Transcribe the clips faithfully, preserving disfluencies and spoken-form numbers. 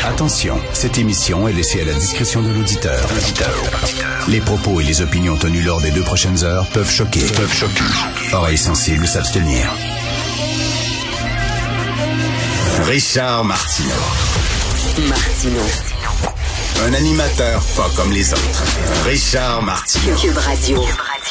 Attention, cette émission est laissée à la discrétion de l'auditeur. Les propos et les opinions tenues lors des deux prochaines heures peuvent choquer. Peuvent choquer. Oreilles sensibles s'abstenir. Richard Martineau. Martineau. Un animateur pas comme les autres. Richard Martineau. Cube Radio.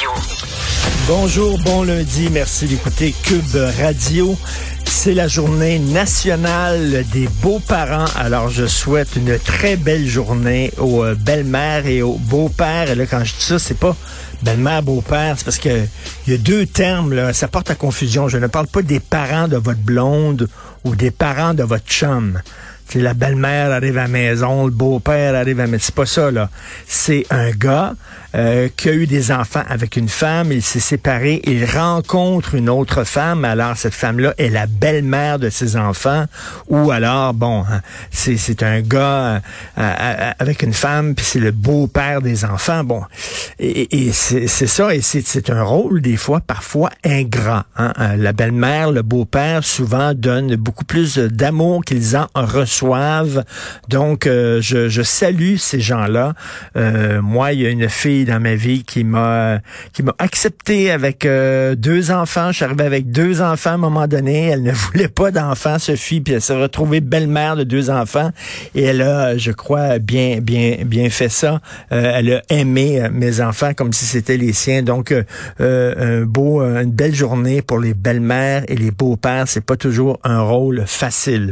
Bonjour, bon lundi, merci d'écouter Cube Radio. C'est la journée nationale des beaux-parents. Alors, je souhaite une très belle journée aux euh, belles-mères et aux beaux-pères. Et là, quand je dis ça, c'est pas belle-mère, beau-père, c'est parce que il y a deux termes, là, ça porte à confusion. Je ne parle pas des parents de votre blonde ou des parents de votre chum. C'est la belle-mère arrive à la maison, le beau-père arrive à la maison. C'est pas ça, là. C'est un gars euh, qui a eu des enfants avec une femme, il s'est séparé, il rencontre une autre femme, alors cette femme-là est la belle-mère de ses enfants, ou alors, bon, c'est, c'est un gars euh, avec une femme, puis c'est le beau-père des enfants, bon. Et, et c'est, c'est ça, et c'est, c'est un rôle, des fois, parfois ingrat. Hein? La belle-mère, le beau-père, souvent donnent beaucoup plus d'amour qu'ils en reçoivent. Donc, euh, je, je salue ces gens-là. Euh, moi, il y a une fille dans ma vie qui m'a qui m'a accepté avec euh, deux enfants. Je suis arrivé avec deux enfants à un moment donné. Elle ne voulait pas d'enfants, Sophie, puis elle s'est retrouvée belle-mère de deux enfants. Et elle a, je crois, bien bien bien fait ça. Euh, elle a aimé euh, mes enfants comme si c'était les siens. Donc, euh, un beau, une belle journée pour les belles-mères et les beaux-pères. C'est pas toujours un rôle facile.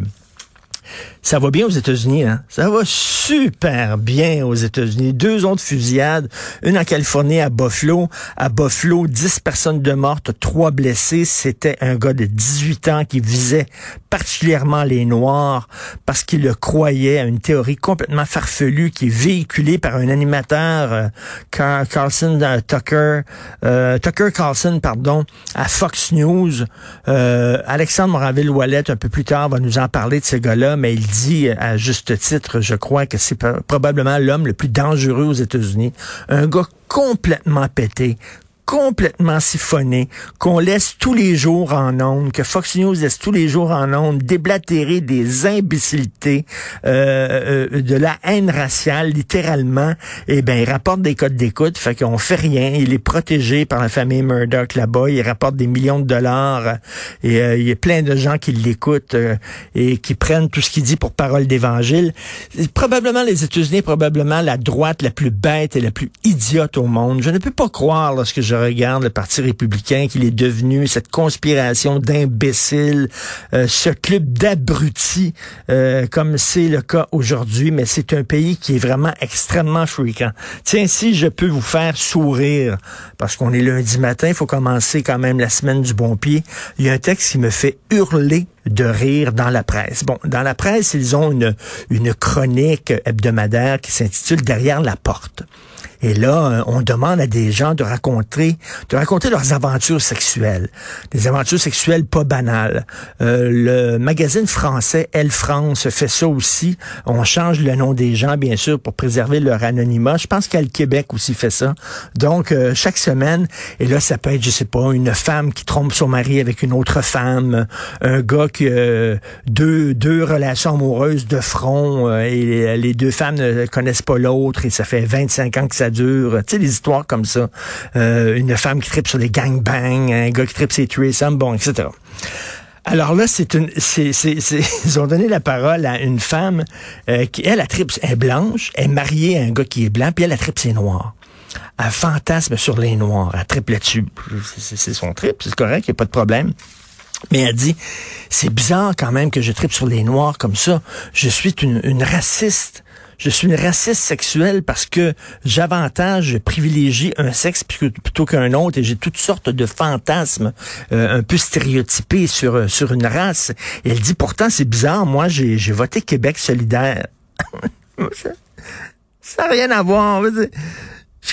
Ça va bien aux États-Unis, hein? Ça va super bien aux États-Unis. Deux autres fusillades, une en Californie à Buffalo. À Buffalo, dix personnes de mortes, trois blessés. C'était un gars de dix-huit ans qui visait particulièrement les Noirs parce qu'il le croyait à une théorie complètement farfelue qui est véhiculée par un animateur, euh, Car- Carlson euh, Tucker, euh, Tucker Carlson, pardon, à Fox News. Euh, Alexandre Moranville-Ouellette, un peu plus tard, va nous en parler de ce gars-là, mais il dit à juste titre, je crois que c'est probablement l'homme le plus dangereux aux États-Unis. Un gars complètement pété, complètement siphonné, qu'on laisse tous les jours en ondes, que Fox News laisse tous les jours en ondes, déblatérer des imbécilités, euh, euh, de la haine raciale, littéralement. Eh ben, il rapporte des codes d'écoute, fait qu'on fait rien. Il est protégé par la famille Murdoch là-bas. Il rapporte des millions de dollars. Et euh, il y a plein de gens qui l'écoutent euh, et qui prennent tout ce qu'il dit pour parole d'évangile. C'est probablement les États-Unis, probablement la droite la plus bête et la plus idiote au monde. Je ne peux pas croire lorsque je regarde le Parti républicain qu'il est devenu cette conspiration d'imbéciles, euh, ce club d'abrutis, euh, comme c'est le cas aujourd'hui, mais c'est un pays qui est vraiment extrêmement fréquent. Tiens, si je peux vous faire sourire, parce qu'on est lundi matin, il faut commencer quand même la semaine du bon pied, il y a un texte qui me fait hurler de rire dans la presse. Bon, dans la presse, ils ont une, une chronique hebdomadaire qui s'intitule « Derrière la porte ». Et là, on demande à des gens de raconter, de raconter leurs aventures sexuelles. Des aventures sexuelles pas banales. Euh, le magazine français Elle France fait ça aussi. On change le nom des gens, bien sûr, pour préserver leur anonymat. Je pense qu'Elle Québec aussi fait ça. Donc, euh, chaque semaine, et là, ça peut être, je sais pas, une femme qui trompe son mari avec une autre femme, un gars qui a deux, deux relations amoureuses de front, euh, et les deux femmes ne connaissent pas l'autre, et ça fait vingt-cinq ans que ça dure, tu sais, des histoires comme ça. Euh, une femme qui tripe sur les gangbangs, un gars qui tripe ses threesomes, bon, et cetera. Alors là, c'est une, c'est, c'est, c'est, ils ont donné la parole à une femme euh, qui, elle, la tripe, est blanche, est mariée à un gars qui est blanc, puis elle, la tripe, c'est noir. Elle fantasme sur les noirs, elle tripe là-dessus. C'est, c'est son trip, c'est correct, il n'y a pas de problème. Mais elle dit, c'est bizarre quand même que je tripe sur les noirs comme ça. Je suis une, une raciste. Je suis une raciste sexuelle parce que j'avantage, je privilégie un sexe plutôt qu'un autre et j'ai toutes sortes de fantasmes euh, un peu stéréotypés sur sur une race. Et elle dit, pourtant, c'est bizarre, moi, j'ai, j'ai voté Québec solidaire. Ça n'a rien à voir. Je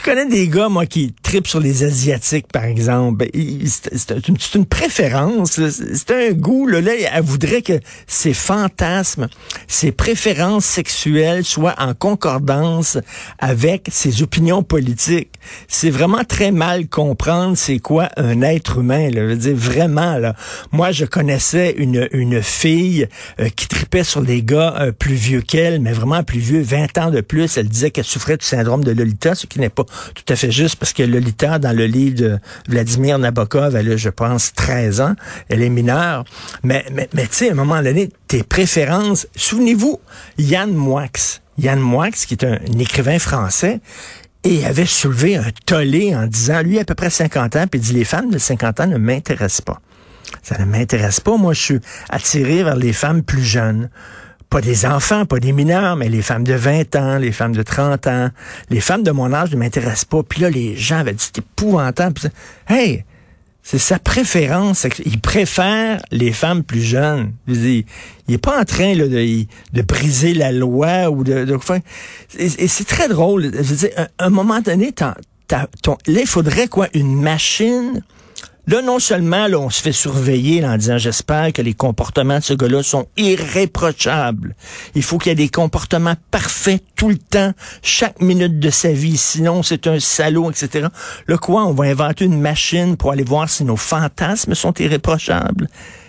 connais des gars, moi, qui tripent sur les Asiatiques, par exemple. C'est, c'est, une, c'est une préférence. C'est un goût. Là, là, elle voudrait que ses fantasmes, ses préférences sexuelles soient en concordance avec ses opinions politiques. C'est vraiment très mal comprendre c'est quoi un être humain. Là. Je veux dire, vraiment, là. Moi, je connaissais une, une fille euh, qui tripait sur les gars euh, plus vieux qu'elle, mais vraiment plus vieux, vingt ans de plus. Elle disait qu'elle souffrait du syndrome de Lolita, ce qui n'est pas tout à fait juste, parce que Lolita, dans le livre de Vladimir Nabokov, elle a, je pense, treize ans. Elle est mineure. Mais, mais, mais tu sais, à un moment donné, tes préférences... Souvenez-vous, Yann Moix. Yann Moix, qui est un, un écrivain français, et avait soulevé un tollé en disant, lui, à peu près cinquante ans, puis il dit, les femmes de cinquante ans ne m'intéressent pas. Ça ne m'intéresse pas. Moi, je suis attiré vers les femmes plus jeunes. Pas des enfants, pas des mineurs, mais les femmes de vingt ans, les femmes de trente ans. Les femmes de mon âge ne m'intéressent pas. Puis là, les gens avaient dit, c'est épouvantable. Puis, hey, c'est sa préférence. Il préfère les femmes plus jeunes. Il n'est pas en train là, de, de briser la loi ou de... de faire... et, et c'est très drôle. Je veux dire, à un moment donné, t'as, t'as, ton, là, il faudrait quoi? Une machine... Là, non seulement là, on se fait surveiller là, en disant « J'espère que les comportements de ce gars-là sont irréprochables. Il faut qu'il y ait des comportements parfaits tout le temps, chaque minute de sa vie. Sinon, c'est un salaud, et cetera » Là, quoi? On va inventer une machine pour aller voir si nos fantasmes sont irréprochables,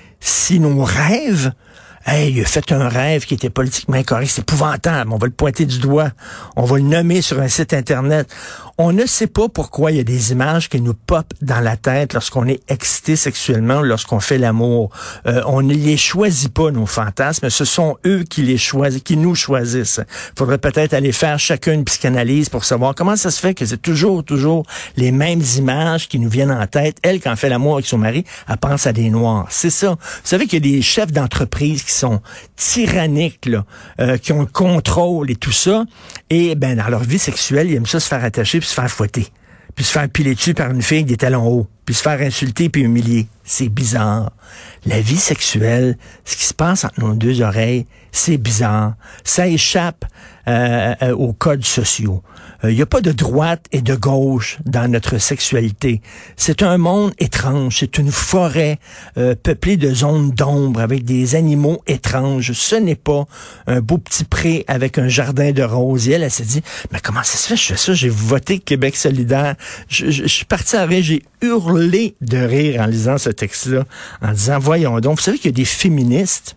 si nos rêves... Hey, il a fait un rêve qui était politiquement incorrect. C'est épouvantable. On va le pointer du doigt. On va le nommer sur un site Internet. On ne sait pas pourquoi il y a des images qui nous popent dans la tête lorsqu'on est excité sexuellement, lorsqu'on fait l'amour. Euh, on ne les choisit pas, nos fantasmes. Ce sont eux qui les choisissent, qui nous choisissent. Il faudrait peut-être aller faire chacun une psychanalyse pour savoir comment ça se fait que c'est toujours, toujours les mêmes images qui nous viennent en tête. Elle, quand elle fait l'amour avec son mari, elle pense à des noirs. C'est ça. Vous savez qu'il y a des chefs d'entreprise qui sont tyranniques, là, euh, qui ont le contrôle et tout ça, et ben dans leur vie sexuelle, ils aiment ça se faire attacher puis se faire fouetter, puis se faire piler dessus par une fille avec des talons hauts, puis se faire insulter puis humilier. C'est bizarre. La vie sexuelle, ce qui se passe entre nos deux oreilles, c'est bizarre. Ça échappe euh, euh, aux codes sociaux. Il euh, n'y a pas de droite et de gauche dans notre sexualité. C'est un monde étrange. C'est une forêt euh, peuplée de zones d'ombre avec des animaux étranges. Ce n'est pas un beau petit pré avec un jardin de roses. Et elle, elle s'est dit, mais comment ça se fait? Je fais ça, j'ai voté Québec solidaire. Je, je, je suis parti à rire, j'ai hurlé de rire en lisant ce texte-là, en disant, voyons donc, vous savez qu'il y a des féministes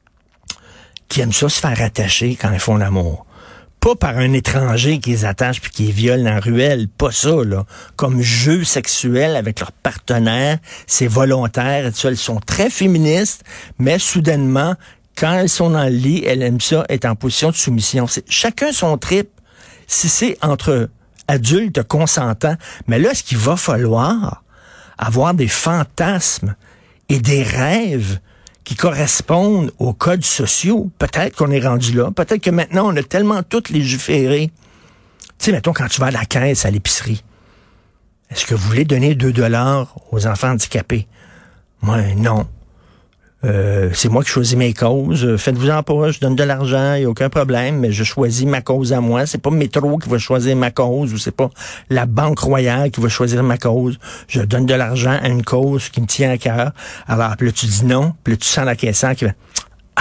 qui aiment ça se faire attacher quand ils font l'amour. Pas par un étranger qui les attache puis qui les viole dans la ruelle, pas ça, là. Comme jeu sexuel avec leur partenaire, c'est volontaire et tout ça. Elles sont très féministes, mais soudainement, quand elles sont dans le lit, elles aiment ça être en position de soumission. C'est chacun son trip. Si c'est entre adultes consentants, mais là, est-ce qu'il va falloir avoir des fantasmes et des rêves qui correspondent aux codes sociaux? Peut-être qu'on est rendu là. Peut-être que maintenant, on a tellement toutes légiféré. Tu sais, mettons, quand tu vas à la caisse, à l'épicerie, est-ce que vous voulez donner deux dollars aux enfants handicapés? Moi, non. Euh, c'est moi qui choisis mes causes. Faites-vous-en pas, je donne de l'argent, il n'y a aucun problème, mais je choisis ma cause à moi. C'est pas Métro qui va choisir ma cause, ou c'est pas la Banque Royale qui va choisir ma cause. Je donne de l'argent à une cause qui me tient à cœur. Alors, puis là, tu dis non, puis là, tu sens la caissière qui va... Ah!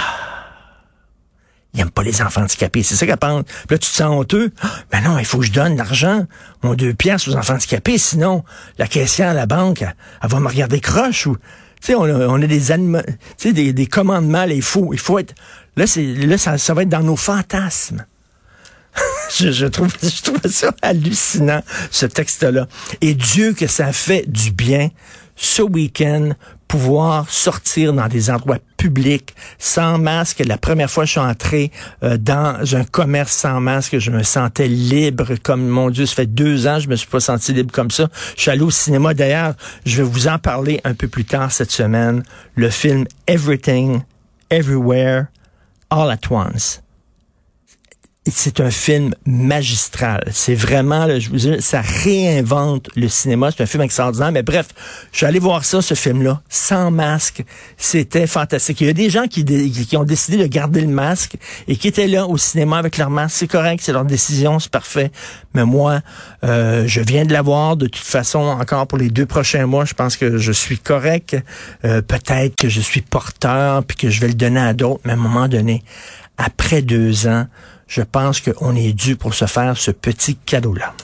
Il aime pas les enfants handicapés, c'est ça qu'elle pense. Puis là, tu te sens honteux. Ah, ben non, il faut que je donne l'argent, mon deux piastres aux enfants handicapés, sinon, la caissière à la banque, elle, elle va me regarder croche, ou... Tu sais, on a, on a des, anima- tu sais, des, des commandements, là, il faut, il faut être... Là, c'est, là ça, ça va être dans nos fantasmes. je, je, trouve, je trouve ça hallucinant, ce texte-là. Et Dieu que ça fait du bien, ce week-end, pouvoir sortir dans des endroits publics sans masque. La première fois que je suis entré euh, dans un commerce sans masque, je me sentais libre comme, mon Dieu, ça fait deux ans, je me suis pas senti libre comme ça. Je suis allé au cinéma. D'ailleurs, je vais vous en parler un peu plus tard cette semaine. Le film Everything, Everywhere, All at Once. c'est un film magistral. C'est vraiment, là, je vous dis, ça réinvente le cinéma. C'est un film extraordinaire. Mais bref, je suis allé voir ça, ce film-là, sans masque. C'était fantastique. Il y a des gens qui, qui ont décidé de garder le masque et qui étaient là au cinéma avec leur masque. C'est correct, c'est leur décision, c'est parfait. Mais moi, euh, je viens de l'avoir. De toute façon, encore pour les deux prochains mois, je pense que je suis correct. Euh, peut-être que je suis porteur puis que je vais le donner à d'autres. Mais à un moment donné, après deux ans, je pense qu'on est dû pour se faire ce petit cadeau-là.